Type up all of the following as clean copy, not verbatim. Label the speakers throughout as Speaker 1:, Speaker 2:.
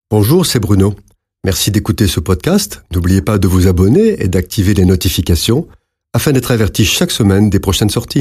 Speaker 1: Bonjour, c'est Bruno. Merci d'écouter ce podcast. N'oubliez pas de vous abonner et d'activer les notifications afin d'être averti chaque semaine des prochaines sorties.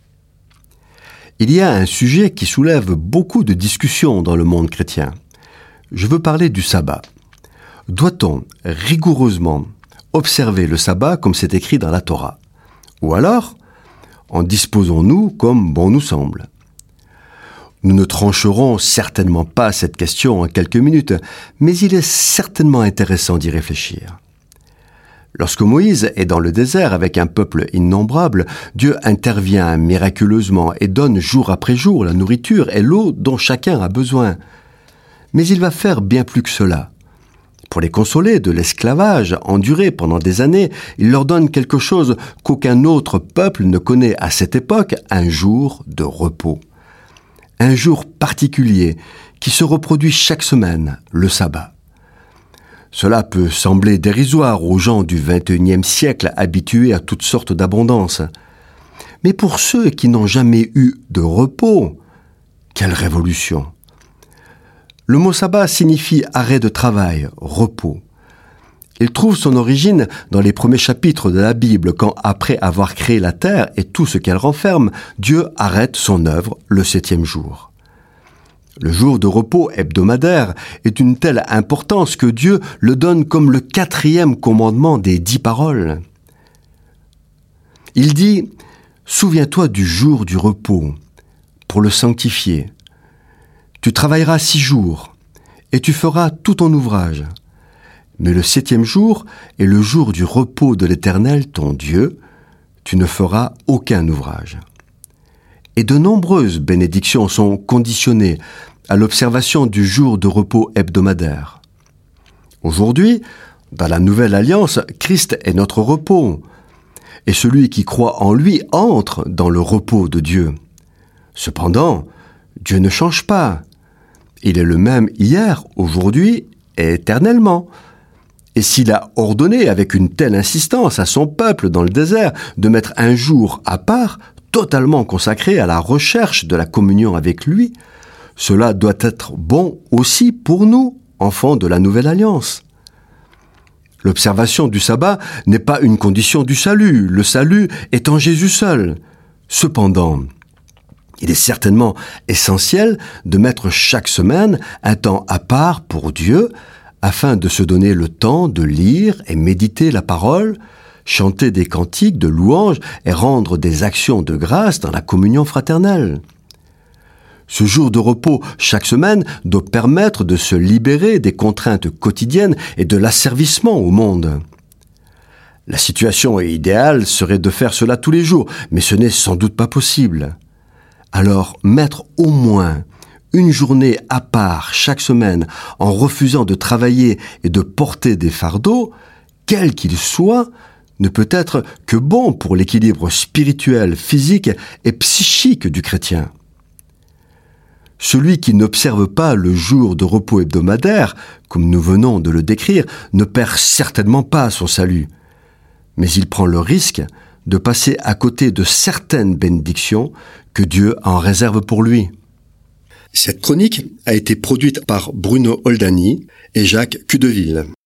Speaker 2: Il y a un sujet qui soulève beaucoup de discussions dans le monde chrétien. Je veux parler du sabbat. Doit-on rigoureusement observer le sabbat comme c'est écrit dans la Torah? Ou alors, en disposons-nous comme bon nous semble? Nous ne trancherons certainement pas cette question en quelques minutes, mais il est certainement intéressant d'y réfléchir. Lorsque Moïse est dans le désert avec un peuple innombrable, Dieu intervient miraculeusement et donne jour après jour la nourriture et l'eau dont chacun a besoin. Mais il va faire bien plus que cela. Pour les consoler de l'esclavage enduré pendant des années, il leur donne quelque chose qu'aucun autre peuple ne connaît à cette époque, un jour de repos. Un jour particulier qui se reproduit chaque semaine, le sabbat. Cela peut sembler dérisoire aux gens du XXIe siècle habitués à toutes sortes d'abondances. Mais pour ceux qui n'ont jamais eu de repos, quelle révolution! Le mot sabbat signifie arrêt de travail, repos. Il trouve son origine dans les premiers chapitres de la Bible, quand, après avoir créé la terre et tout ce qu'elle renferme, Dieu arrête son œuvre le 7e jour. Le jour de repos hebdomadaire est d'une telle importance que Dieu le donne comme le 4e commandement des 10 paroles. Il dit « Souviens-toi du jour du repos, pour le sanctifier. Tu travailleras 6 jours, et tu feras tout ton ouvrage. Mais le 7e jour est le jour du repos de l'Éternel, ton Dieu. Tu ne feras aucun ouvrage. » Et de nombreuses bénédictions sont conditionnées à l'observation du jour de repos hebdomadaire. Aujourd'hui, dans la Nouvelle Alliance, Christ est notre repos. Et celui qui croit en lui entre dans le repos de Dieu. Cependant, Dieu ne change pas. Il est le même hier, aujourd'hui et éternellement. Et s'il a ordonné avec une telle insistance à son peuple dans le désert de mettre un jour à part, totalement consacré à la recherche de la communion avec lui, cela doit être bon aussi pour nous, enfants de la Nouvelle Alliance. L'observation du sabbat n'est pas une condition du salut, le salut est en Jésus seul. Cependant, il est certainement essentiel de mettre chaque semaine un temps à part pour Dieu, afin de se donner le temps de lire et méditer la parole, chanter des cantiques de louange et rendre des actions de grâce dans la communion fraternelle. Ce jour de repos chaque semaine doit permettre de se libérer des contraintes quotidiennes et de l'asservissement au monde. La situation idéale serait de faire cela tous les jours, mais ce n'est sans doute pas possible. Alors, mettre au moins une journée à part chaque semaine en refusant de travailler et de porter des fardeaux, quels qu'ils soient, ne peut être que bon pour l'équilibre spirituel, physique et psychique du chrétien. Celui qui n'observe pas le jour de repos hebdomadaire, comme nous venons de le décrire, ne perd certainement pas son salut, mais il prend le risque de passer à côté de certaines bénédictions que Dieu en réserve pour lui.
Speaker 1: Cette chronique a été produite par Bruno Oldani et Jacques Cudeville.